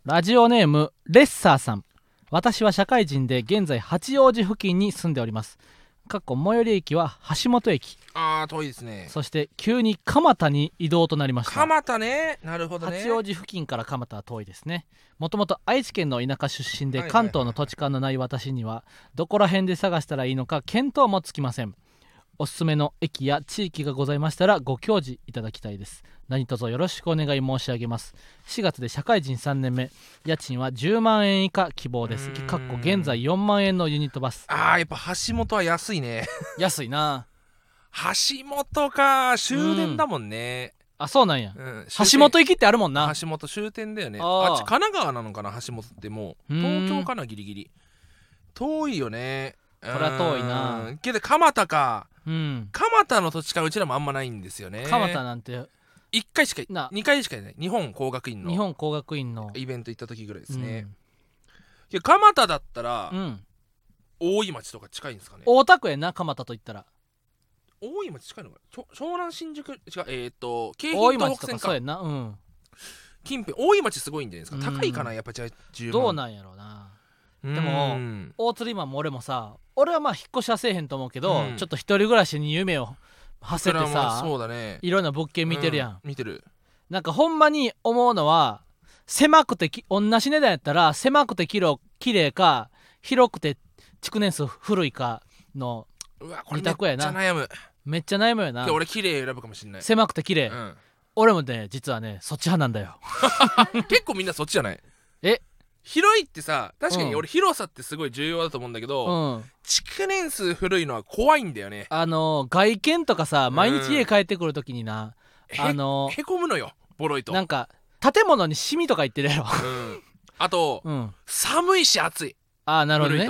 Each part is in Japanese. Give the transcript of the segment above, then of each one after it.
ラジオネームレッサーさん。私は社会人で現在八王子付近に住んでおります。最寄り駅は橋本駅。 遠いですね。 そして急に蒲田に移動となりました。 蒲田ね、なるほどね。 八王子付近から蒲田は遠いですね。もともと愛知県の田舎出身で、関東の土地勘のない私にはどこら辺で探したらいいのか見当もつきません。おすすめの駅や地域がございましたらご教示いただきたいです。何卒よろしくお願い申し上げます。4月で社会人3年目、家賃は10万円以下希望です。現在4万円のユニットバス。 やっぱ橋本は安いね。 安いな。 橋本か、終電だもんね。 そうなんや、橋本行きってあるもんな。 橋本終点だよね。神奈川なのかな、橋本って。もう東京かな、ギリギリ遠いよね。 これは遠いな。 けど蒲田か、蒲田の土地勘うちらもあんまないんですよね。 蒲田なんて 1回しか2回しかない。日本工学院のイベント行った時ぐらいですね。蒲田だったら、大井町とか近いんですかね。 大田区やな、蒲田といったら。 大井町近いのかな。湘南新宿違う、京浜東北線か。 そうやな、 近辺。大井町すごいんじゃないですか。高いかな、やっぱ。じゃあ10万どうなんやろうな。でも大釣りマンも俺もさ、俺はまあ引っ越しはせえへんと思うけど、ちょっと一人暮らしに夢を馳せてさ、 そうだね、 いろんな物件見てるやん、 見てる。 なんかほんまに思うのは、狭くて同じ値段やったら狭くて綺麗か、広くて築年数古いかの2択やな。めっちゃ悩むよな。 俺綺麗選ぶかもしんない。 狭くて綺麗、俺もね実はねそっち派なんだよ。 結構みんなそっちじゃない？広いってさ、確かに俺広さってすごい重要だと思うんだけど、築年数古いのは怖いんだよね。 外見とかさ、毎日家帰ってくるときにな、 へこむのよ、ボロいと。 なんか建物にシミとか言ってるやろ。 あと、寒いし暑い。 なるほどね。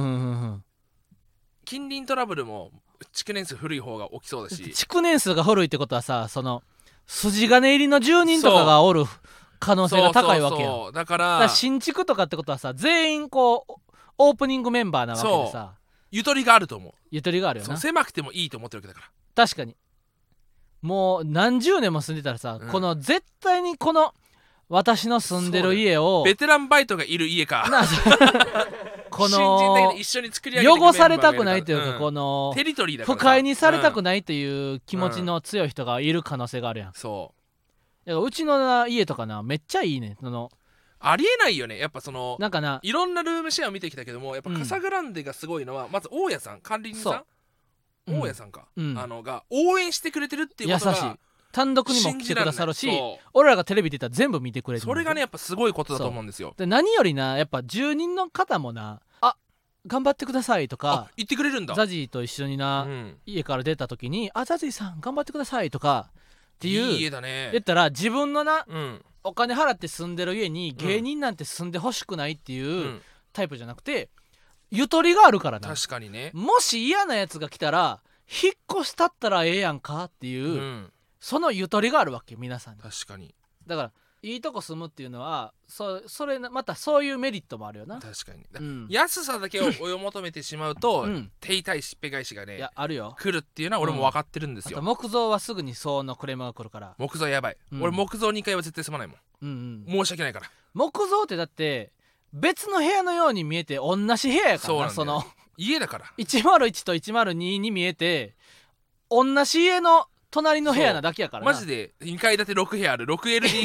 近隣トラブルも築年数古い方が起きそうだし。 築年数が古いってことはさ、その筋金入りの住人とかがおる可能性が高いわけよ。 だから新築とかってことはさ、全員こうオープニングメンバーなわけでさ、 ゆとりがあると思う。 ゆとりがあるよな。 狭くてもいいと思ってるわけだから。 確かに。もう何十年も住んでたらさ、この絶対にこの私の住んでる家をベテランバイトがいる家かこの新人だけで一緒に作り上げていくメンバーがいるから、 汚されたくないというか、このテリトリーだから不快にされたくないという気持ちの強い人がいる可能性があるやん。うちの家とかな、めっちゃいいね。 ありえないよね。やっぱなんかな、 いろんなルームシェアを見てきたけども、やっぱカサグランデがすごいのは、まず大家さん、管理人さん、大家さんか、が応援してくれてるっていうことが、 優しい。単独にも来てくださるし、俺らがテレビ出たら全部見てくれる。 それがね、やっぱすごいことだと思うんですよ。 で何よりな、やっぱ住人の方もな、頑張ってくださいとか言ってくれるんだ。 ザジーと一緒にな、家から出た時にザジーさん頑張ってくださいとかっていう、 いい家だね。 言ったら自分のな、お金払って住んでる家に芸人なんて住んでほしくないっていうタイプじゃなくて、ゆとりがあるからな。 確かにね。 もし嫌なやつが来たら引っ越したったらええやんかっていう、そのゆとりがあるわけ、皆さんに。 確かに。 だからいいとこ住むっていうのは、それまたそういうメリットもあるよな。 確かに、安さだけを追い求めてしまうと、手痛いしっぺ返しがね、 あるよ、 来るっていうのは俺も分かってるんですよ。 あと木造はすぐに騒音のクレームが来るから。 木造やばい、俺木造2階は絶対住まないもん、申し訳ないから。 木造ってだって別の部屋のように見えて同じ部屋やからな。その家だから 101と102に見えて同じ家の隣の部屋なだけやからな。 マジで2階建て6部屋ある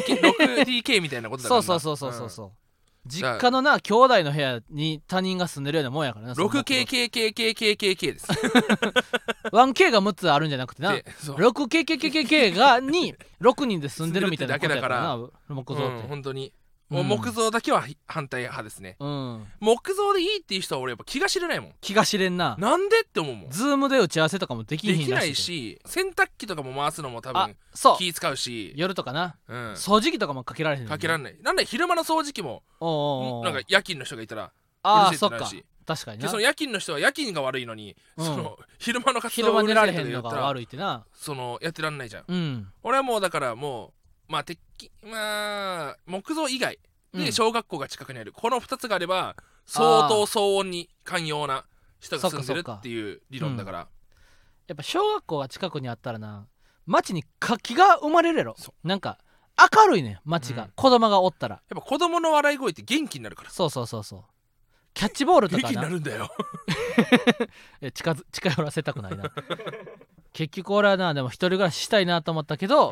6LDK みたいなことだからな。 そう実家のな兄弟の部屋に他人が住んでるようなもんやからな。 6KKKKKKK です。 1K が6つあるんじゃなくてな、 6KKKKK がに6人で住んでるみたいなことやからな、木造って。 本当に木造だけは反対派ですね。木造でいいっていう人は俺やっぱ気が知れないもん。 気が知れんな。 なんでって思うもん。 ズームで打ち合わせとかもできないし、洗濯機とかも回すのも多分気使うし、 夜とかな、掃除機とかもかけられへん。 かけられない。なんで昼間の掃除機もなんか夜勤の人がいたらうるせえってなるし。 確かにな。 その夜勤の人は夜勤が悪いのに、その昼間の活動昼間寝られへんのが悪いってな、 そのやってらんないじゃん。俺はもうだからもう木造以外で小学校が近くにある、この2つがあれば相当騒音に寛容な人が住んでるっていう理論だから。 やっぱ小学校が近くにあったらな、街に活気が生まれるやろ。なんか明るいねん街が、子供がおったらやっぱ子供の笑い声って元気になるから。 そうキャッチボールとかな元気になるんだよ近寄らせたくないな結局俺はなでも一人暮らししたいなと思ったけど、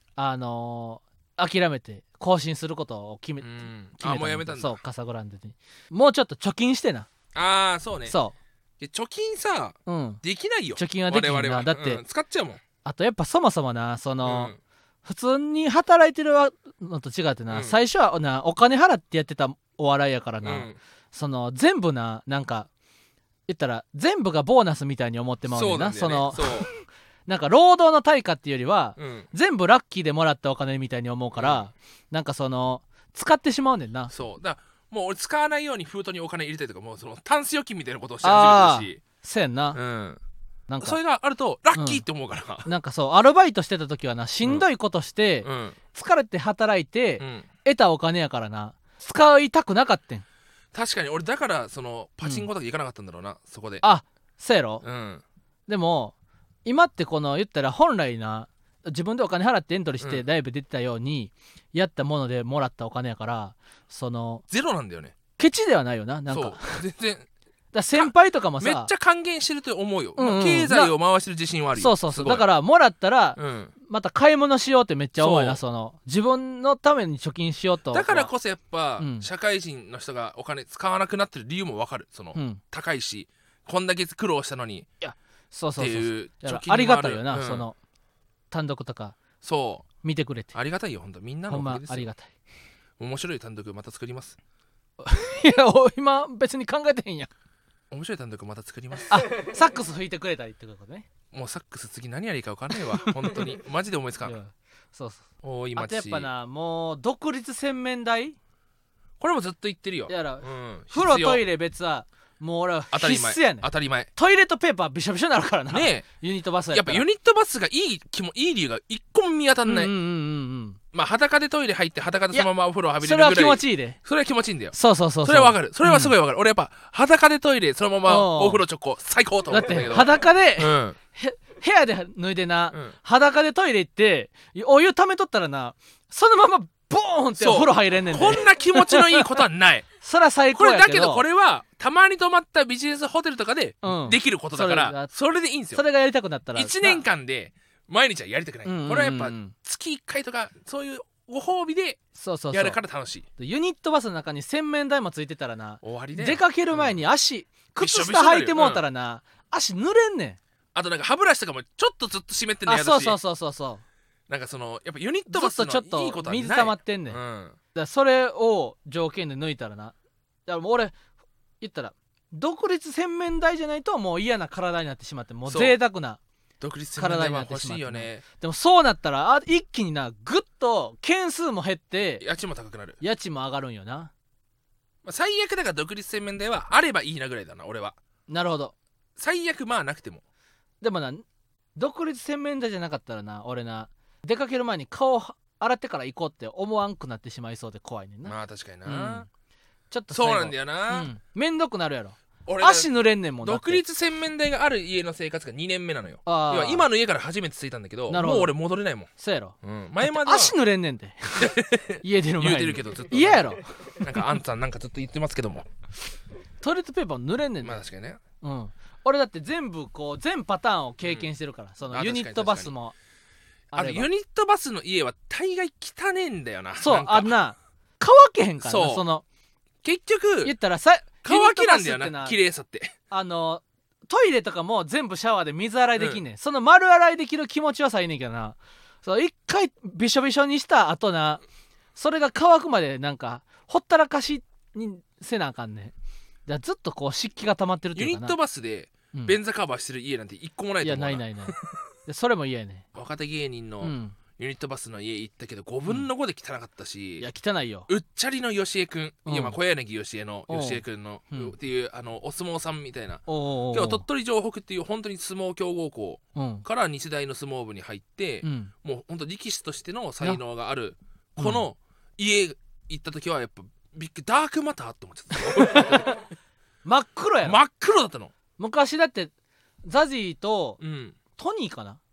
諦めて更新することを決めた。 もうやめたんだ。 そうカサグランデにもうちょっと貯金してな。 そうね。 そう貯金さ、できないよ。 貯金はできないな。だって、 使っちゃうもん。 あとやっぱそもそもな普通に働いてるのと違ってな、最初はなお金払ってやってたお笑いやからな、全部なんか言ったら全部がボーナスみたいに思ってまうねんな。なんか労働の対価っていうよりは、全部ラッキーでもらったお金みたいに思うから、なんか使ってしまうねんな。 そうだからもう俺使わないように封筒にお金入れたりとか、もうタンス預金みたいなことをして始めてるし。 そうやんな。なんかそれがあるとラッキーって思うから、 なんかアルバイトしてた時はなしんどいことして、疲れて働いて、得たお金やからな使いたくなかったん。 確かに俺だからパチンコとか行かなかったんだろうな、そこで。 そうやろ。でも今って言ったら本来な自分でお金払ってエントリーしてライブ出てたようにやったものでもらったお金やから、 ゼロなんだよね。 ケチではないよな。なんか全然だ先輩とかもさめっちゃ還元してると思うよ、経済を回してる自信はあるよ。 そうだからもらったら、また買い物しようってめっちゃ思うよな。自分のために貯金しようと。 だからこそやっぱ、社会人の人がお金使わなくなってる理由も分かる。高いしこんだけ苦労したのに。 そうっていう貯金ありがたいよな、単独とか見てくれてありがたいよ。ほんとみんなのおかげですよ。 ありがたい。 面白い単独また作ります。 いや今別に考えてへんやん。 面白い単独また作ります。 サックス吹いてくれたりってことね。 もうサックス次何やりか分かんないわ本当にマジで思いつかん。大井町。 あとやっぱなもう独立洗面台これもずっと言ってるよ。 風呂トイレ別はもう俺は必須やねん。 当たり前。 トイレットペーパーびしょびしょになるからな。ユニットバスやっぱユニットバスがいい理由が一個も見当たんない。まあ裸でトイレ入って裸でそのままお風呂浴びれるぐらい。 それは気持ちいいで。 それは気持ちいいんだよ。 それはわかる。それはすごいわかる。俺やっぱ裸でトイレそのままお風呂直行最高と思ってんだけど。 だって裸で部屋で脱いでな、裸でトイレ行ってお湯溜めとったらなそのままボーンってお風呂入れんねんで。 こんな気持ちのいいことはない。 そりゃ最高やけど。 だけどこれはたまに泊まったビジネスホテルとかでできることだから、それでいいんですよ。 それがやりたくなったら 1年間で毎日はやりたくない。これはやっぱ月1回とかそういうご褒美でやるから楽しい。 ユニットバスの中に洗面台もついてたらな、 終わりで出かける前に靴下履いてもうたらな、足濡れんねん。 あとなんか歯ブラシとかもちょっとずっと湿ってんのやだし。 そうなんかやっぱユニットバスのいいことはない。 水溜まってんねん。だからそれを条件で抜いたらな、だからもう俺言ったら独立洗面台じゃないともう嫌な体になってしまって、もう贅沢な独立洗面台は欲しいよね。 でもそうなったら一気になグッと件数も減って家賃も高くなる。 家賃も上がるんよな。 最悪だから独立洗面台はあればいいなぐらいだな俺は。 なるほど。 最悪まあなくても。 でもな独立洗面台じゃなかったらな、俺な出かける前に顔洗ってから行こうって思わんくなってしまいそうで怖いねんな。 まあ確かにな、 ちょっとそうなんだよな、 めんどくなるやろ。足濡れんねんもん。 独立洗面台がある家の生活が2年目なのよ。今の家から初めて着いたんだけど、もう俺戻れないもん。 そうやろ、 前までは足濡れんねんで家出る前に言うてるけどずっと嫌やろなんかあんたなんかずっと言ってますけどもトイレットペーパー濡れんねんで。 まあ確かにね。 俺だって全パターンを経験してるから、ユニットバスもあとユニットバスの家は大概汚ねえんだよな。 そう乾けへんからな。 結局言ったら乾きなんだよな、綺麗さって。 トイレとかも全部シャワーで水洗いできんねん、その丸洗いできる気持ちはさいいねんけどな、一回びしょびしょにした後な、それが乾くまでなんかほったらかしにせなあかんねん。だからずっと湿気が溜まってるっていうかな。 ユニットバスで便座カバーしてる家なんて一個もないと思うな。 いやないそれも嫌やね。 若手芸人のユニットバスの家行ったけど5分の5で汚かったし、 いや汚いよ。 うっちゃりのよしえくん、いやまあ小柳よしえのよしえくんのっていうお相撲さんみたいな、今日鳥取城北っていう本当に相撲強豪校から日大の相撲部に入って、もう本当力士としての才能があるこの家行った時はやっぱダークマターって思っちゃった真っ黒やろ。 真っ黒だったの。 昔だってザジーとトニーかな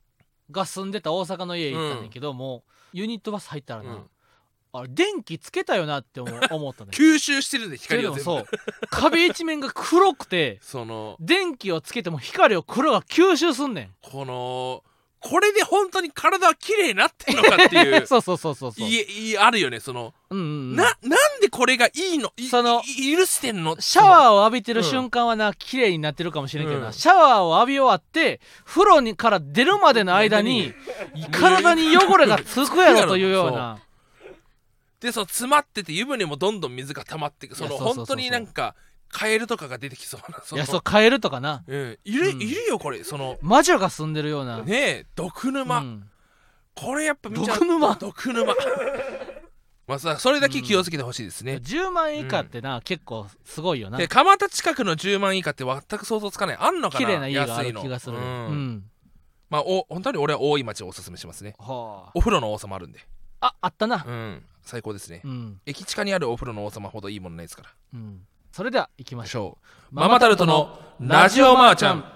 が住んでた大阪の家行ったんだけど、もうユニットバス入ったらな、 うんあれ電気つけたよなって思ったね吸収してるんで光を全部そう壁一面が黒くてその電気をつけても光を黒が吸収すんねんこれで本当に体は綺麗になってんのかっていうそうあるよねその、なんでこれがいいの許してんのシャワーを浴びてる瞬間はな綺麗になってるかもしれんけどな、シャワーを浴び終わって風呂にから出るまでの間に体に汚れがつくやろというようなでその詰まってて湯船もどんどん水が溜まっていく本当になんかカエルとかが出てきそうなそうカエルとかな、 いるよこれ魔女が住んでるようなねえ毒沼、これやっぱ見ちゃう毒沼まあさそれだけ気をつけてほしいですね、 10万以下ってな、結構すごいよな。 で蒲田近くの10万以下って全く想像つかない。あんのかな、 綺麗な家がある気がする。 まあ本当に俺は大井町をおすすめしますね。お風呂の王様あるんで、 あったな、 最高ですね、駅近にあるお風呂の王様ほどいいものないですから、 それでは行きましょう。ママタルトのラジオマーちゃん。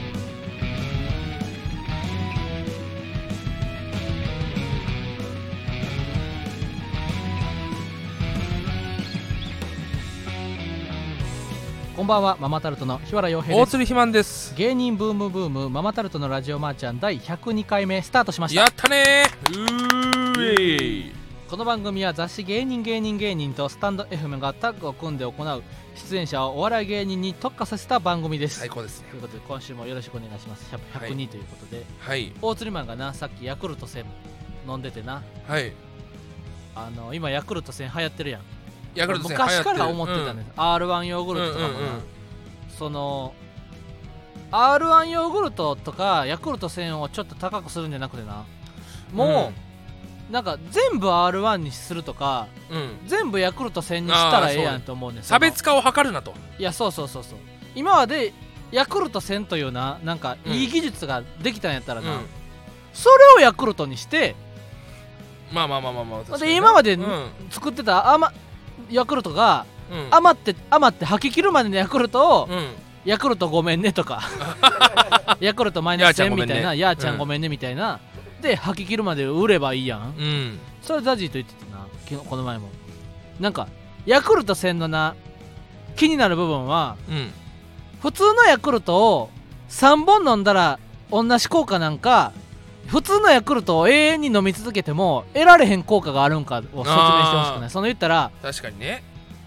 こんばんは、ママタルトの日原洋平です。大鶴ひまんです。 芸人ブームブームママタルトのラジオマーちゃん第102回目スタートしました。 やったねー。 この番組は雑誌芸人とスタンド FM がタッグを組んで行う出演者をお笑い芸人に特化させた番組です。 最高ですね。 ということで今週もよろしくお願いします。102ということで、大釣りマンがなさっきヤクルト1000飲んでてな、今ヤクルト1000流行ってるやん。 ヤクルト1000 昔から思ってたね、R1 ヨーグルトとかもな、その R1 ヨーグルトとかヤクルト1000をちょっと高くするんじゃなくてな、もう、なんか全部 R1 にするとか、全部ヤクルト1000にしたらええやんと思うねん。 差別化を図るなと。 いやそう今までヤクルト1000というなんかいい技術ができたんやったらな、それをヤクルトにしてまあで今まで作ってたヤクルトが余って吐き切るまでのヤクルトを、ヤクルトごめんねとかヤクルトマイナス1000みたいな、やーちゃんごめんねみたいなで吐き切るまで売ればいいやん、それザジーと言ってたな、この前も。なんかヤクルト1000のな気になる部分は、普通のヤクルトを3本飲んだら同じ効果なんか、普通のヤクルトを永遠に飲み続けても得られへん効果があるんかを説明してほしくない。その言ったら確かにね、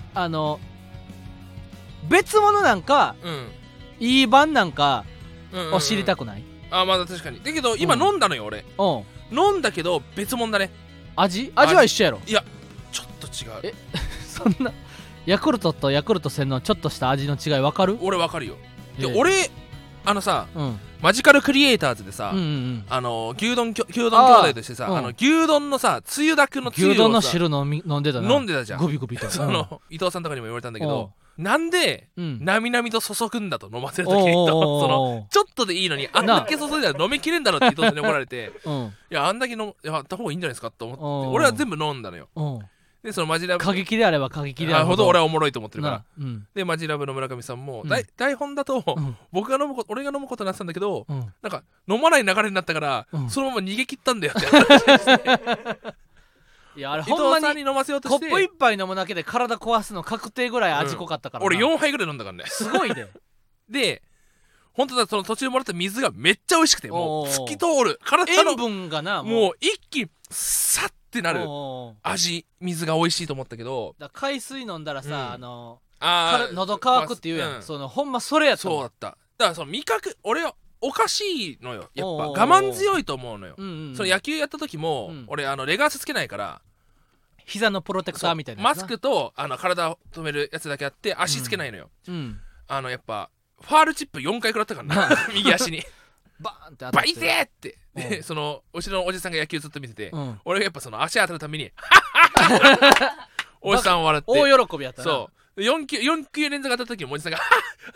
別物なんか、いい版なんかを知りたくない？ まだ確かに。だけど今飲んだのよ俺。飲んだけど別物だね。 味は一緒やろ。 いやちょっと違う。 そんなヤクルトとヤクルト1000のちょっとした味の違い分かる？ 俺分かるよ。で俺さ、マジカルクリエイターズでさ、牛丼兄弟としてさ、牛丼のさつゆだくのつゆをさ、 牛丼の汁飲んでたな。 飲んでたじゃん。 グビグビと伊藤さんとかにも言われたんだけど、なんでなみなみと注ぐんだと、飲ませるときにと、ちょっとでいいのにあんだけ注いだら飲みきれんだろって伊藤さんに怒られて、いやあんだけやった方がいいんじゃないですかと思って俺は全部飲んだのよ。でそのマジラブ過激であれば過激であるほど俺はおもろいと思ってるから、でマジラブの村上さんも台本だと俺が飲むことになってたんだけど、なんか飲まない流れになったからそのまま逃げ切ったんだよって話していやあれほんまに飲ませようとしてコップ一杯飲むだけで体壊すの確定ぐらい味濃かったから俺4杯ぐらい飲んだからね。 すごいね。 で本当だ、その途中もらった水がめっちゃ美味しくて、もう透き通る体の塩分がなもう一気にサッってなる水が美味しいと思ったけど、 だ海水飲んだらさ、喉乾くって言うやん、そのほんまそれやった。 そうだった。だからその味覚俺はおかしいのよ、やっぱ我慢強いと思うのよ。その野球やった時も、俺レガースつけないから膝のプロテクターみたいなマスクと体を止めるやつだけあって足つけないのよ。やっぱファールチップ4回食らったからな右足にバーンって当たってバイテーって、でその後ろのおじさんが野球ずっと見てて、俺がやっぱその足当たるためにおじさん笑って大喜びやったな。 そう4球連続当たった時もおじさんが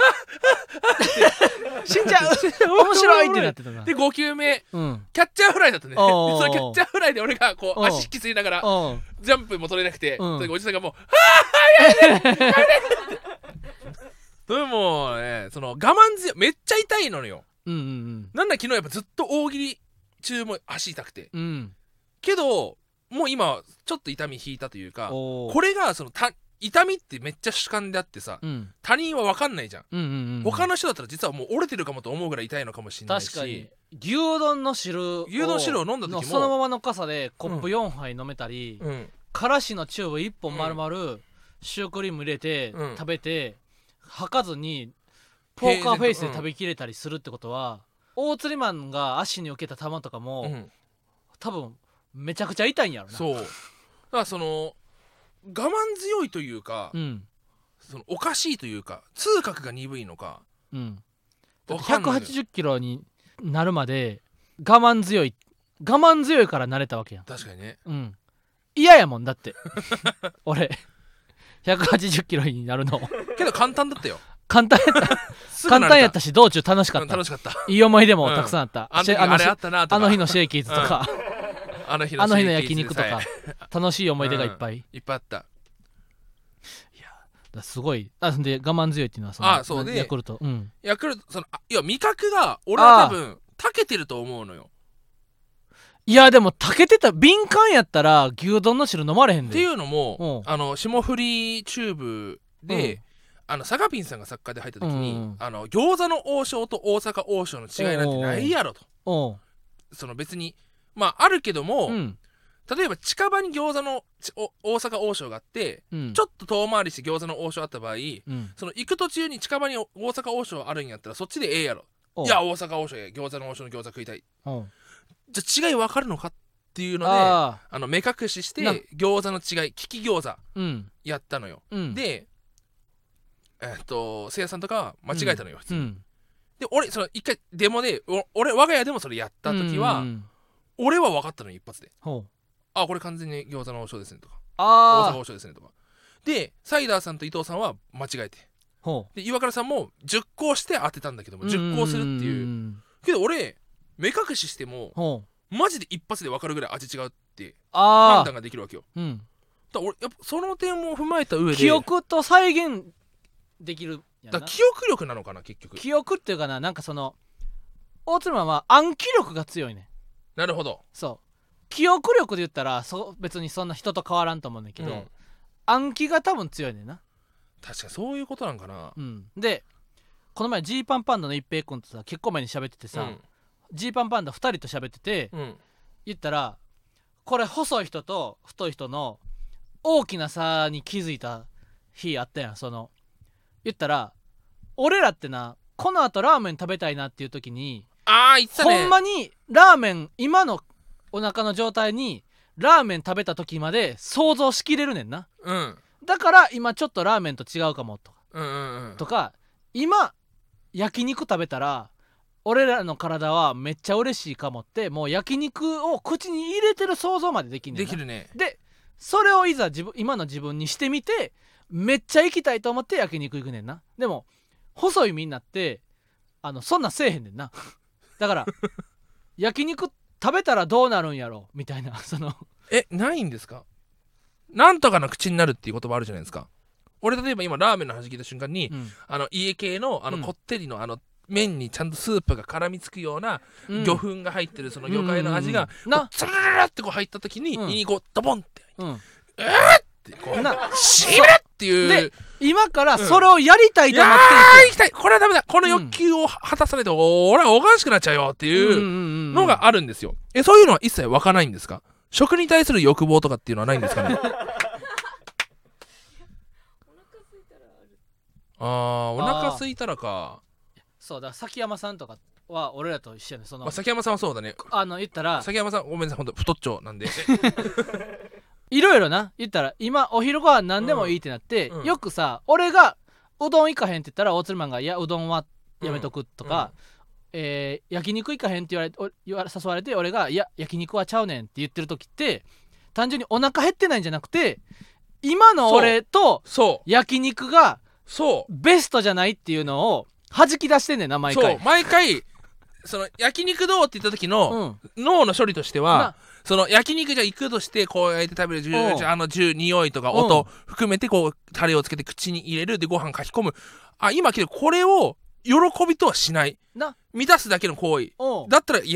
死んじゃう面白いってなってたな。 で5球目キャッチャーフライだったね。そのキャッチャーフライで俺がこう足きついながらジャンプも取れなくて、おじさんがもうでもね、その我慢強いめっちゃ痛いのよ。なんだ昨日やっぱずっと大喜利中も足痛くて、 うん、 けどもう今ちょっと痛み引いたというか、 これがその痛みってめっちゃ主観であってさ、 うん、 他人は分かんないじゃん、 うんうんうんうん、 他の人だったら実はもう折れてるかもと思うぐらい痛いのかもしれないし。 確かに牛丼の汁を飲んだ時もそのままの傘でコップ4杯飲めたり、 うん、 からしのチューブ1本丸々シュークリーム入れて食べて、吐かずにポーカーフェイスで食べきれたりするってことは、大釣りマンが足に受けた球とかも、多分めちゃくちゃ痛いんやろな。 そうだからその我慢強いというか、そのおかしいというか痛覚が鈍いのか、 だって180キロになるまで我慢強いから慣れたわけやん。 確かにね、 嫌やもんだって俺180キロになるのけど簡単だったよ簡単やったし道中楽しかった、いい思い出もたくさんあった、 あの日のシェイキーズとかあの日の焼肉とか楽しい思い出がいっぱいあった。 いやすごい。で我慢強いっていうのはそうでヤクルト、 そのいや味覚が俺は多分長けてると思うのよ。 いやでも長けてた敏感やったら牛丼の汁飲まれへんで。 っていうのも霜降りチューブで、サガピンさんが作家で入った時に、餃子の王将と大阪王将の違いなんてないやろと。その別にまああるけども、例えば近場に餃子の大阪王将があって、ちょっと遠回りして餃子の王将あった場合、その行く途中に近場に大阪王将あるんやったらそっちでええやろ。いや大阪王将や餃子の王将の餃子食いたい。じゃあ違い分かるのかっていうので目隠しして餃子の違い利き餃子やったのよ。でせいやさんとかは間違えたのよ、普通に。で俺その一回デモで我が家でもそれやった時は、俺は分かったの一発で、これ完全に餃子の王将ですねとか大阪王将ですねとかで、サイダーさんと伊藤さんは間違えて、で岩倉さんも10個して当てたんだけども10個するっていうけど、俺目隠ししてもマジで一発で分かるぐらい味違うって判断ができるわけよ。だ俺やっぱその点も踏まえた上で記憶と再現できるやな。だ記憶力なのかな結局。 記憶っていうかな、なんかその大鶴マンは暗記力が強いね。 なるほど。 そう記憶力で言ったら別にそんな人と変わらんと思うんだけど、暗記が多分強いねんな。 確かにそういうことなんかな。 でこの前ジーパンパンダの一平君とさ結構前に喋っててさ、ジーパンパンダ2人と喋ってて、言ったらこれ細い人と太い人の大きな差に気づいた日あったやん。その言ったら俺らってな、このあとラーメン食べたいなっていう時に言ってたね。 ほんまにラーメン今のお腹の状態にラーメン食べた時まで想像しきれるねんな。だから今ちょっとラーメンと違うかもとか、とか今焼肉食べたら俺らの体はめっちゃ嬉しいかもって、もう焼肉を口に入れてる想像までできんねんな。 できるね。 でそれをいざ今の自分にしてみてめっちゃ行きたいと思って焼肉行くねんな。でも細いみんなってそんなんせえへんねんな。だから焼肉食べたらどうなるんやろみたいなそのないんですか。なんとかの口になるっていう言葉あるじゃないですか。俺例えば今ラーメンの話聞いた瞬間に、家系のこってりの麺にちゃんとスープが絡みつくような魚粉が入ってるその魚介の味がツルルルってこう入った時に胃にこうドボンってってこうしびれっていう。 で今からそれをやりたいと思って行きたい、これはダメだ、この欲求を果たさないと俺はおかしくなっちゃうよっていうのがあるんですよ。そういうのは一切湧かないんですか。食に対する欲望とかっていうのはないんですかね。お腹空いたらか。 そうだ、崎山さんとかは俺らと一緒やね。 崎山さんはそうだね。 言ったら崎山さんごめんなさい、ほんと太っちょなんでいろいろな言ったら今お昼ご飯何でもいいってなって、よくさ俺がうどん行かへんって言ったら大鶴マンがいやうどんはやめとくとか、焼肉行かへんって誘われて俺がいや焼肉はちゃうねんって言ってる時って単純にお腹減ってないんじゃなくて今の俺と焼肉がベストじゃないっていうのを弾き出してんねんな毎回。 毎回その焼肉どうって言った時の脳の処理としては、その焼肉じゃ行くとしてこう焼いて食べる匂いとか音含めてこうタレをつけて口に入れるでご飯書き込む。今けどこれを喜びとはしない、満たすだけの行為だったら嫌だ。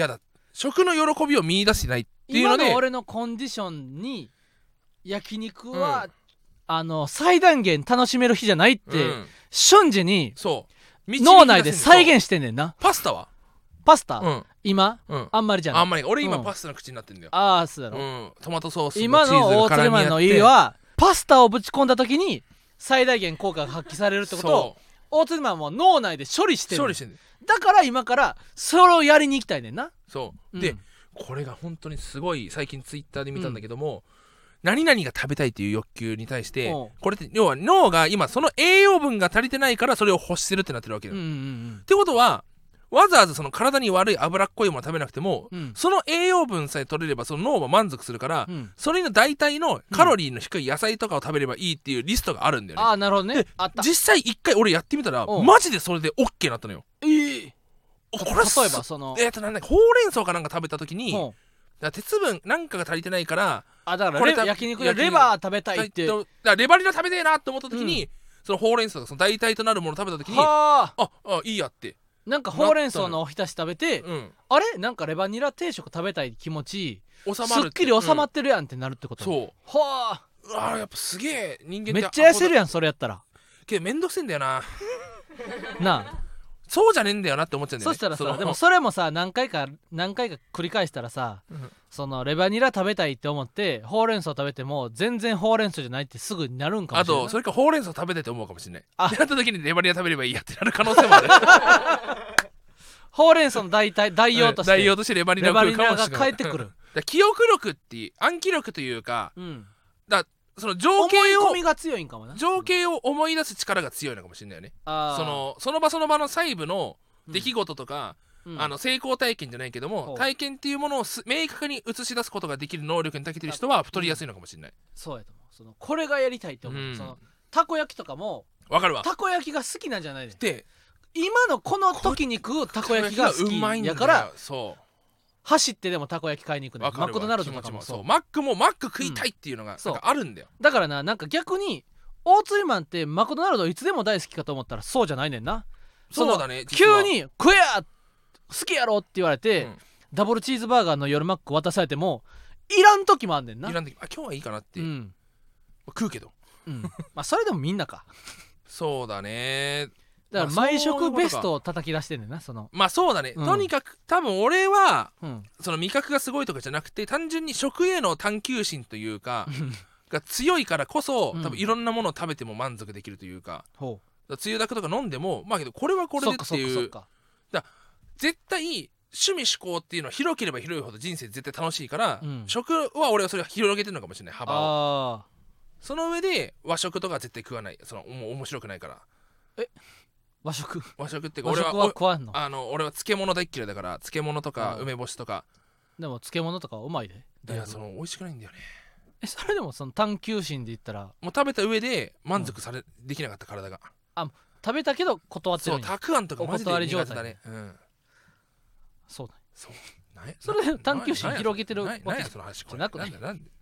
食の喜びを見出してないっていうので、 今の俺のコンディションに焼肉は、最大限楽しめる日じゃないって、瞬時に脳内で再現してんねんな。 パスタはパスタ、今、あんまりじゃん。 あんまり俺今パスタの口になってんだよ。 ああそうだろ、 トマトソースとチーズ今のオーツレマンの意味はパスタをぶち込んだ時に最大限効果が発揮されるってことをオーツレマンも脳内で処理してる。だから今からそれをやりに行きたいねんな。 そう、でこれが本当にすごい最近ツイッターで見たんだけども、何々が食べたいっていう欲求に対して、これって要は脳が今その栄養分が足りてないからそれを欲してるってなってるわけだよ、ってことはわざわざその体に悪い脂っこいもの食べなくても、その栄養分さえ取れればその脳は満足するから、それの大体のカロリーの低い野菜とかを食べればいいっていうリストがあるんだよね。 ああなるほどね。あった。 実際一回俺やってみたらマジでそれで OK になったのよ。これ例えばそのなんだほうれん草かなんか食べた時に鉄分なんかが足りてないから、 だから焼肉でレバー食べたいってレバニラ食べてえなって思った時に、そのほうれん草がその代替となるものを食べた時にいいやってなんかほうれん草のおひたし食べて、あれなんかレバニラ定食食べたい気持ちすっきり収まってるやんってなるってこと。 そうはあやっぱすげえ人間ってめっちゃ痩せるやんそれやったら。 けどめんどくせえんだよななあそうじゃねえんだよなって思っちゃうんだよね。 そしたらさでもそれもさ何回か繰り返したらさ、そのレバニラ食べたいって思ってほうれん草食べても全然ほうれん草じゃないってすぐになるんかもしれない。 あとそれかほうれん草食べてって思うかもしれない。やった時にレバニラ食べればいいやってなる可能性もあるほうれん草の代用としてレバニラが帰ってくる記憶力っていう暗記力というか、その情景を思い込みが強いんかもな。 情景を思い出す力が強いのかもしれないよね。その場その場の細部の出来事とか、成功体験じゃないけども、体験っていうものを明確に映し出すことができる能力に長けてる人は太りやすいのかもしれない。 そうやと思う。これがやりたいって思う。そのたこ焼きとかもわかるわ。 たこ焼きが好きなんじゃないで今のこの時に食うたこ焼きが好きやから走ってでもたこ焼き買いに行くね。マクドナルドとかもそう。 マック食いたいっていうのがあるんだよ。 だからなんか逆に大釣りマンってマクドナルドいつでも大好きかと思ったらそうじゃないねんな。 そうだね。 急に食えや好きやろって言われて、ダブルチーズバーガーの夜マック渡されてもいらん時もあんねんな。 いらん時今日はいいかなって、食うけど、 それでもみんなかそうだね。 だから毎食ベストを叩き出してんねんな。 そうだね、とにかく多分俺は、その味覚がすごいとかじゃなくて単純に食への探求心というかが強いからこそ、多分いろんなものを食べても満足できるというか、つゆだくとか飲んでもけどこれはこれでっていう。絶対趣味嗜好っていうのは広ければ広いほど人生絶対楽しいから、食は俺はそれを広げてるのかもしれない幅を。その上で和食とか絶対食わない。もう面白くないから。 和食ってか俺は食わんの。 俺は漬物大っ嫌いだから、漬物とか梅干しとか。 でも漬物とかうまいで。 いや美味しくないんだよね。 それでも探求心で言ったらもう食べた上で満足できなかった体が。 食べたけど断ってるんや。 たくあんとかマジで苦手だね。 そうだ。 そうそれで探求心広げてるわけじゃなくない。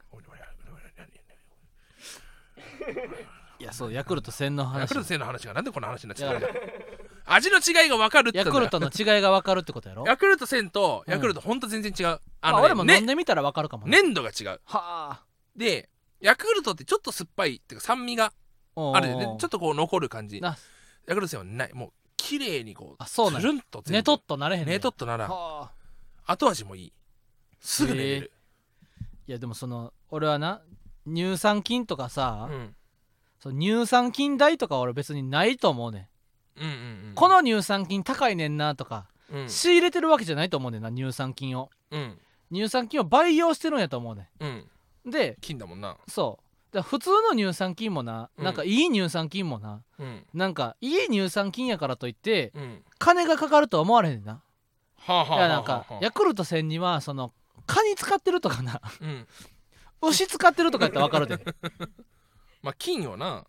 いやヤクルト1000の話。 ヤクルト1000の話がなんでこの話になっちゃったの。味の違いが分かるって。 ヤクルトの違いが分かるってことやろ。 ヤクルト1000とヤクルトほんと全然違う。 俺も飲んでみたら分かるかも。 粘度が違う。でヤクルトってちょっと酸っぱいっていうか酸味があるよね。ちょっとこう残る感じ。ヤクルト1000はない。もう綺麗にこうつるんとネトッとなれへん。 ネトッとなら後味もいい。すぐ寝れる。 いやでも俺はな乳酸菌とかさ、乳酸菌代とか俺別にないと思うねん。この乳酸菌高いねんなとか、仕入れてるわけじゃないと思うねんな。乳酸菌を培養してるんやと思うねん。で菌だもんな。 普通の乳酸菌もなんかいい乳酸菌もなんかいい乳酸菌やからといって金がかかるとは思われへんねんな。いやなんかヤクルト1000にはカニ使ってるとかな、牛使ってるとかやったら分かるで。 金をな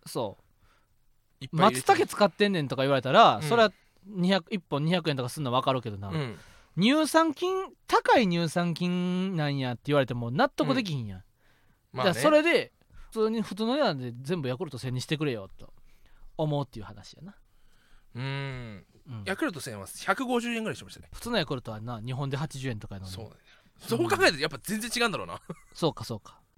松茸使ってんねんとか言われたら、それは1本200円とかすんの分かるけどな、乳酸菌高い乳酸菌なんやって言われても納得できひんやん。だからそれで普通の値段で全部ヤクルト1000にしてくれよと思うっていう話やな。 ヤクルト1000は150円ぐらいしましたね。 普通のヤクルトはな日本で80円とかやのに。 そうだね。そう考えるとやっぱ全然違うんだろうな。 そうかそうか。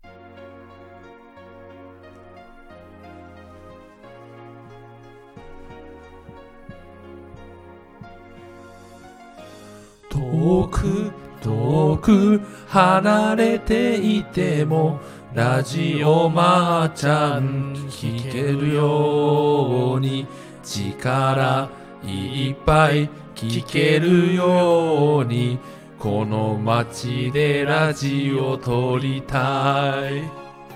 遠く遠く離れていてもラジオまーちゃん聞けるように力いっぱい聞けるようにこの街でラジオ撮りたい。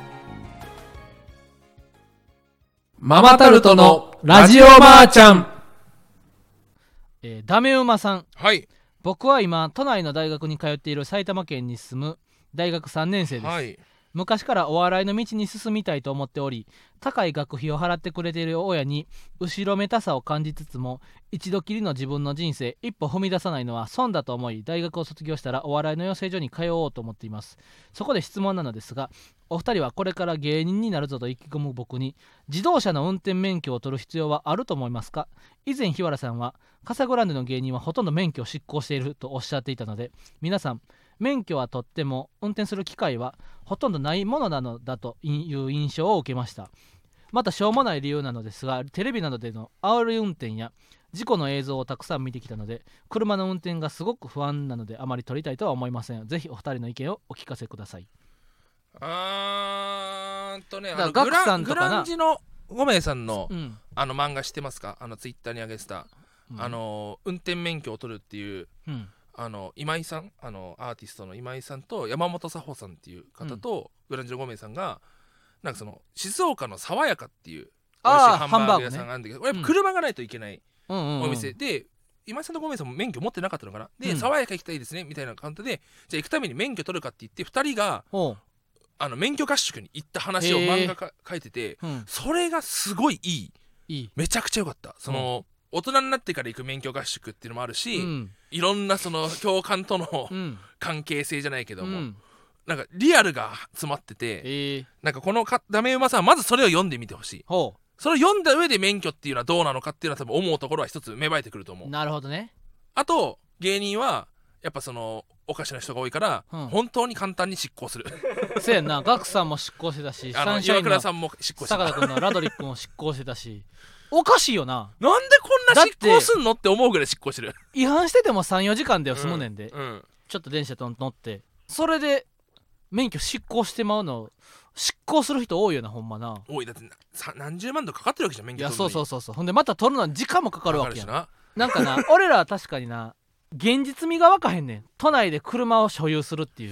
ママタルトのラジオまーちゃん。 ダメウマさん。 はい。 僕は今都内の大学に通っている埼玉県に住む大学3年生です、はい、昔からお笑いの道に進みたいと思っており、高い学費を払ってくれている親に後ろめたさを感じつつも、一度きりの自分の人生一歩踏み出さないのは損だと思い、大学を卒業したらお笑いの養成所に通おうと思っています。そこで質問なのですが、お二人はこれから芸人になるぞと意気込む僕に自動車の運転免許を取る必要はあると思いますか？以前日原さんはカサグランデの芸人はほとんど免許を執行しているとおっしゃっていたので、皆さん免許は取っても運転する機会はほとんどないものなのだという印象を受けました。またしょうもない理由なのですが、テレビなどでの煽り運転や事故の映像をたくさん見てきたので、車の運転がすごく不安なのであまり取りたいとは思いません。ぜひお二人の意見をお聞かせください。 グランジの5名さんの、漫画知ってますか？ツイッターに上げてた、運転免許を取るっていう、今井さん、アーティストの今井さんと山本佐穂さんっていう方と、グランジの5名さんがなんかその静岡の爽やかっていう美味しいハンバーグ屋さんがあるんだけど、やっぱ車がないといけないお店で、今井さんと5名さんも免許持ってなかったのかな。で、爽やか行きたいですねみたいな感じで、じゃあ行くために免許取るかって言って2人が免許合宿に行った話を漫画書いてて、それがすごいいい、めちゃくちゃ良かった。その、大人になってから行く免許合宿っていうのもあるし、いろんなその教官との関係性じゃないけども、なんかリアルが詰まってて、なんかこのダメウマさんはまずそれを読んでみてほしい。それを読んだ上で免許っていうのはどうなのかっていうのは多分思うところは一つ芽生えてくると思う。 なるほどね。 あと芸人はやっぱそのおかしな人が多いから、本当に簡単に執行する。 せやな、ガクさんも執行してたし、 岩倉さんも執行してた、 坂田君のラドリックも執行してたし、おかしいよな。 なんでこんな執行すんのって思うぐらい執行してる。 違反してても 3,4 時間では済むねんで、ちょっと電車と乗ってそれで免許執行してまうの、執行する人多いよな、ほんまな。 多い。だって何十万とかかってるわけじゃん、免許取るのに。 いや、そうほんでまた取るのに時間もかかるわけやん。なんかな俺らは確かにな、現実味が分かへんねん。都内で車を所有するっていう、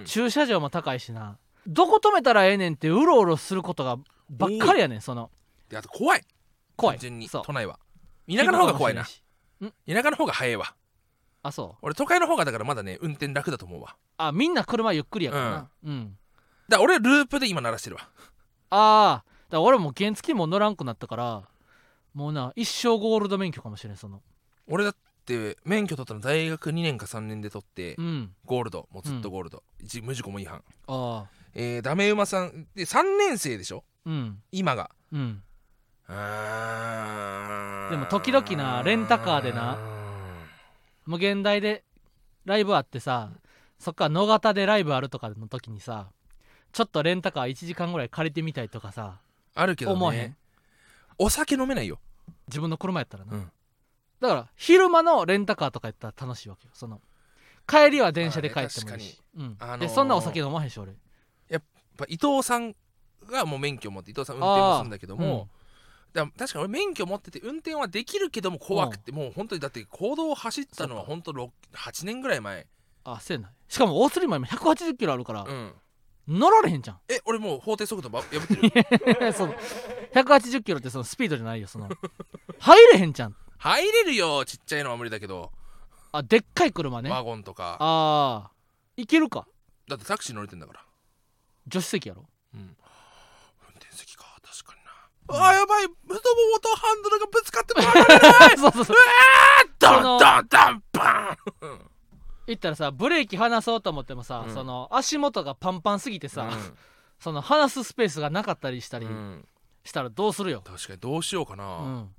駐車場も高いしな、どこ止めたらええねんってうろうろすることがばっかりやねん。そので、あと怖い単純に都内は。田舎の方が怖いな。田舎の方が早いわ。 あ、そう。 俺都会の方がだからまだね運転楽だと思うわ。 あ、みんな車ゆっくりやからな。 だから俺ループで今鳴らしてるわ。 だから俺も原付も乗らんくなったから、もうな一生ゴールド免許かもしれん。その俺だって免許取ったの大学2年か3年で取って、ゴールド、もうずっとゴールド、無事故も違反。ダメウマさんで3年生でしょ、今が。 でも時々なレンタカーでな、無限大でライブあってさ、そっから野方でライブあるとかの時にさ、ちょっとレンタカー1時間ぐらい借りてみたいとかさ、 あるけどね。思わへん？お酒飲めないよ、 自分の車やったらな。だから昼間のレンタカーとかやったら楽しいわけよ。その帰りは電車で帰ってもいいし、でそんなお酒飲まへんし俺。 やっぱ伊藤さんがもう免許持って、伊藤さん運転もするんだけども、確かに俺免許持ってて運転はできるけども怖くて、もう本当にだって公道を走ったのは本当8年ぐらい前。 せやな。しかも大釣りも今180キロあるから、乗られへんじゃん。 俺もう法定速度破ってる。 そう、180キロってそのスピードじゃないよ。その入れへんじゃん。 入れるよ、ちっちゃいのは無理だけど。 でっかい車ね、 ワゴンとか。 いけるか。 だってタクシー乗れてんだから。 助手席やろ。 運転席か、確かにな。やばい、太ももとハンドルがぶつかって曲がれない。そうダンダンダンバン。 行ったらさ、ブレーキ離そうと思ってもさ、その足元がパンパンすぎてさ、その離すスペースがなかったりしたりしたらどうするよ。 確かにどうしようかな。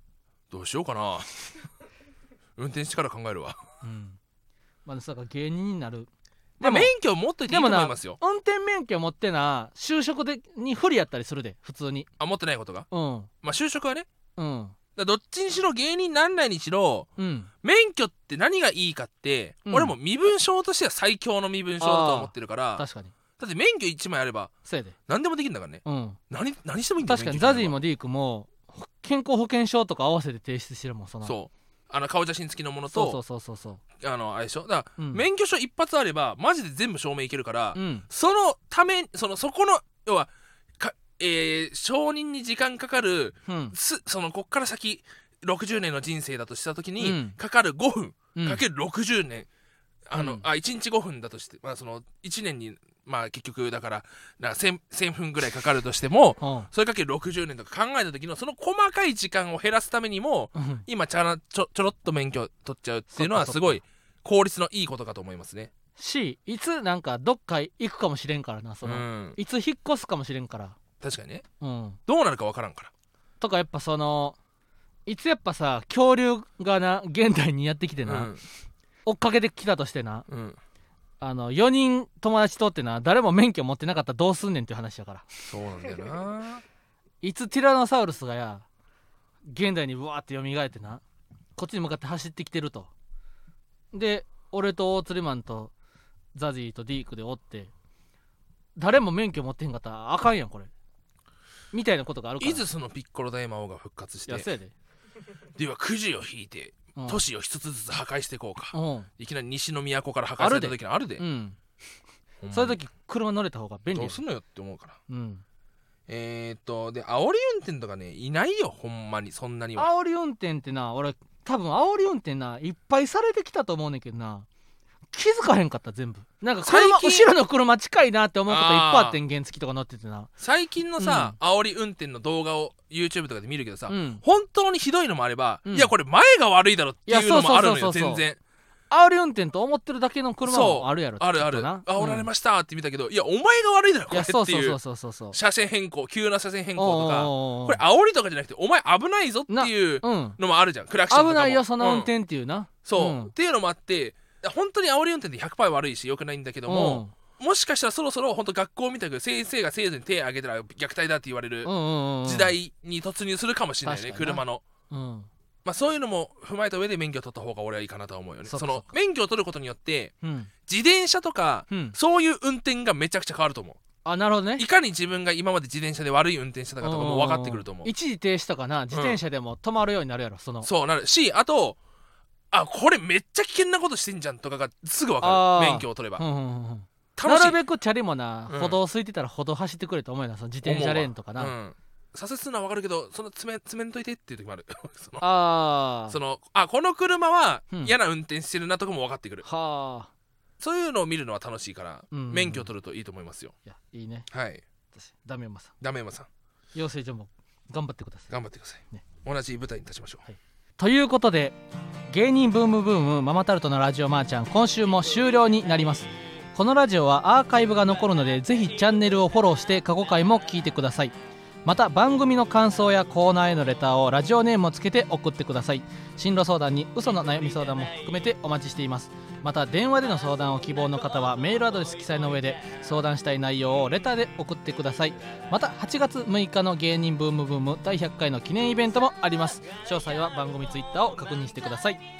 どうしようかな運転してから考えるわ。 まあさ芸人になる。 まあ免許持っといていいと思いますよ。 運転免許持ってな就職に不利やったりするで普通に。 持ってないことが。 まあ就職はね。 だどっちにしろ芸人なんないにしろ、免許って何がいいかって、俺も身分証としては最強の身分証だと思ってるから。 確かに。 だって免許1枚あれば何でもできるんだからね。何してもいいんだよ。 確かにザジーもディークも健康保険証とか合わせて提出してるもん。 そう顔写真付きのものとあれでしょ。だから、免許証一発あればマジで全部証明いけるから、そのためそこの要は承認に時間かかる、こっから先60年の人生だとした時に、かかる5分かける60年、1日5分だとして、1年に結局だから1000分ぐらいかかるとしても、それかける60年とか考えた時のその細かい時間を減らすためにも、今ちょろっと免許取っちゃうっていうのはすごい効率のいいことかと思いますね。 いつなんかどっか行くかもしれんからな。いつ引っ越すかもしれんから。 確かにね、どうなるか分からんからとか、やっぱいつやっぱさ恐竜がな現代にやってきてな、追っかけてきたとしてな、4人友達とってな誰も免許持ってなかったらどうすんねんっていう話だから。 そうなんだよな。 いつティラノサウルスが現代にブワーって蘇ってなこっちに向かって走ってきてると。で俺と大釣りマンとザジーとディークでおって誰も免許持ってへんかったらあかんやんこれみたいなことがあるから。 いつそのピッコロ大魔王が復活して、 そうやではくじを引いて都市を一つずつ破壊していこうか、いきなり西の都から破壊された時のあるで、 そういう時車乗れた方が便利。 どうすんのよって思うから。で煽り運転とかねいないよほんまに。そんなには煽り運転ってな、俺多分煽り運転ないっぱいされてきたと思うねんけどな、気づかへんかった全部。なんか後ろの車近いなって思うこといっぱいあってん。原付とか乗っててな。 最近のさ、煽り運転の動画を YouTube とかで見るけどさ、本当にひどいのもあれば、いやこれ前が悪いだろっていうのもあるのよ。全然煽り運転と思ってるだけの車もあるやろ。 あるある。煽られましたって見たけど、いやお前が悪いだろこれっていう車線変更、急な車線変更とか、これ煽りとかじゃなくてお前危ないぞっていうのもあるじゃん。クラクションとかも危ないよその運転っていうな。 そうっていうのもあって、本当に煽り運転で 100% 悪いし良くないんだけども、もしかしたらそろそろ本当学校みたく先生が生徒に手を挙げたら虐待だって言われる時代に突入するかもしれないね、車の。そういうのも踏まえた上で免許を取った方が俺はいいかなとは思うよね。その免許を取ることによって、自転車とか、そういう運転がめちゃくちゃ変わると思う。 なるほどね。 いかに自分が今まで自転車で悪い運転してたかとかも分かってくると思う。 一時停止とかな自転車でも止まるようになるやろ。 そうなるし、あとこれめっちゃ危険なことしてんじゃんとかがすぐ分かる。免許を取ればなるべくチャリもな、歩道空いてたら歩道走ってくれと思うな。その自転車レーンとかな。 左折するのは分かるけどその詰めんといてっていう時もあるこの車は嫌な運転してるなとかも分かってくる。そういうのを見るのは楽しいから、免許を取るといいと思いますよ。 いいね。 はい。 ダメ山さん養成所も頑張ってください。 頑張ってください、同じ舞台に立ちましょう。 ということで芸人ブームブームママタルトのラジオマーちゃん今週も終了になります。このラジオはアーカイブが残るのでぜひチャンネルをフォローして過去回も聞いてください。また番組の感想やコーナーへのレターをラジオネームをつけて送ってください。進路相談に嘘の悩み相談も含めてお待ちしています。また電話での相談を希望の方はメールアドレス記載の上で相談したい内容をレターで送ってください。また8月6日の芸人ブームブーム第100回の記念イベントもあります。詳細は番組ツイッターを確認してください。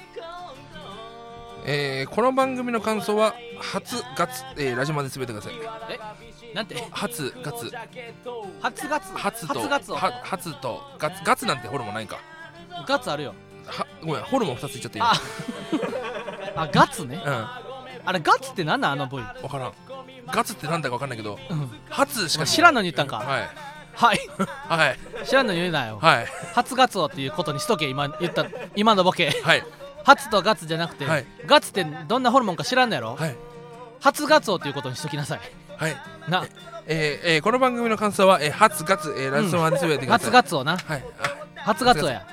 この番組の感想は初ガツ、ラジオまで全てください。 なんて初ガツ初とガツなんてホルモンないんか。 ガツあるよ。 ごめんホルモン2ついっちゃっていい。 ガツね。あれガツって何なんあの部位。 分からん。ガツってなんだか分かんないけど、初しか知らんのに言ったんか。はい知らんのに言うなよ。初ガツオっていうことにしとけ。今言った今のボケ。初とガツじゃなくて、ガツってどんなホルモンか知らんのやろ。初ガツオっていうことにしときなさい。なこの番組の感想は初ガツラジオまで全てください。 初ガツオな。初ガツオや。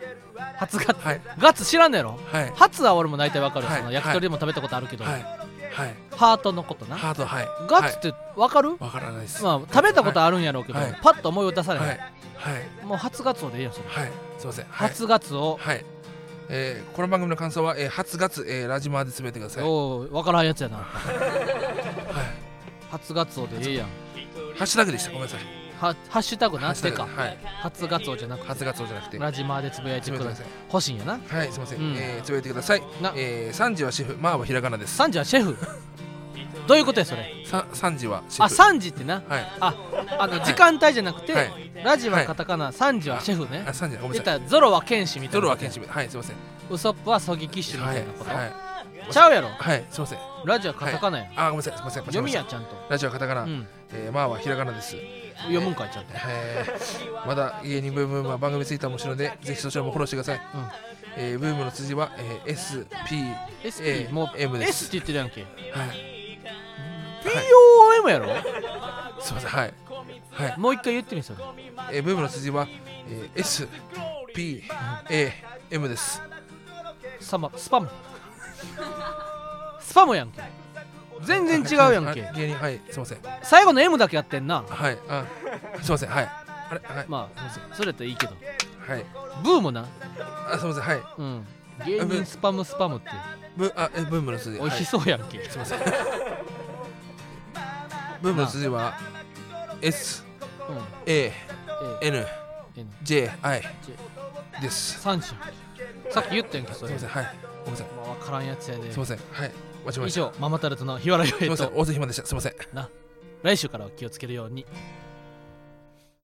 初ガツガツ知らんのやろ。初は俺も大体わかる。その焼き鳥でも食べたことあるけどはい、 ハートのことな。 ハート、はい、 ガッツって分かる？ わからないです。 まあ食べたことあるんやろうけど、パッと思い出されへん。 はい、 もう初ガツオでいいよそれ。 はい、すいません。 初ガツオ。 はい。この番組の感想は、初ガツ、ラジマーでつぶやいてください。 おお、わからんやつやな。初ガツオでええやん。 ハッシュタグでした。ごめんなさい。 ハッシュタグなってか。 はい。 初ガツオじゃなくて。 初ガツオじゃなくて。 ラジマーでつぶやいてください。欲しいんやな。 はい、すいません。つぶやいてください。3時はシェフ、マーはひらがなです。 3時はシェフ。どういうことやそれ。 3時はシェフ。 3時ってな。 はい。 時間帯じゃなくて、ラジはカタカナ、3時はシェフね。 3時はごめんなさい。 言ったらゾロは剣士みたいな。 ゾロは剣士。はい、すいません。 ウソップは狙撃手みたいなこと。 はい。 ちゃうやろ。 はい、すいません。 ラジはカタカナや。 ごめんなさい、すいません。 読みやちゃんと。 ラジはカタカナ。マーはひらがなです。 読むんかいちゃんと。 まだ芸人ブームは番組ツイッターも面白いので、ぜひそちらもフォローしてください。ブームの辻は SPAM です。 S って言ってるやんけ。 はい。 POM やろ。 すいません。はい。 もう一回言ってみそれ。ブームの辻は SPAM です。 スパムやんけ。全然違うやんけ。 芸人、はい、すいません。 最後の M だけやってんな。 はい、すいません。はい。あれ、はい。 まあ、それやったらいいけど。 はい。 ブームな。 すいません。はい。 芸人スパムって。 ブームの辻。 美味しそうやんけ。 すいません。ブームの辻は SANJI です。 3時。さっき言ったやんけ、それ。 すいません。はい。ごめんなさい。 わからんやつやで。 すいません。はい。 以上、ママタルトの日原洋平と。 すいません。大瀬ひまでした。すいません。 来週からは気をつけるように。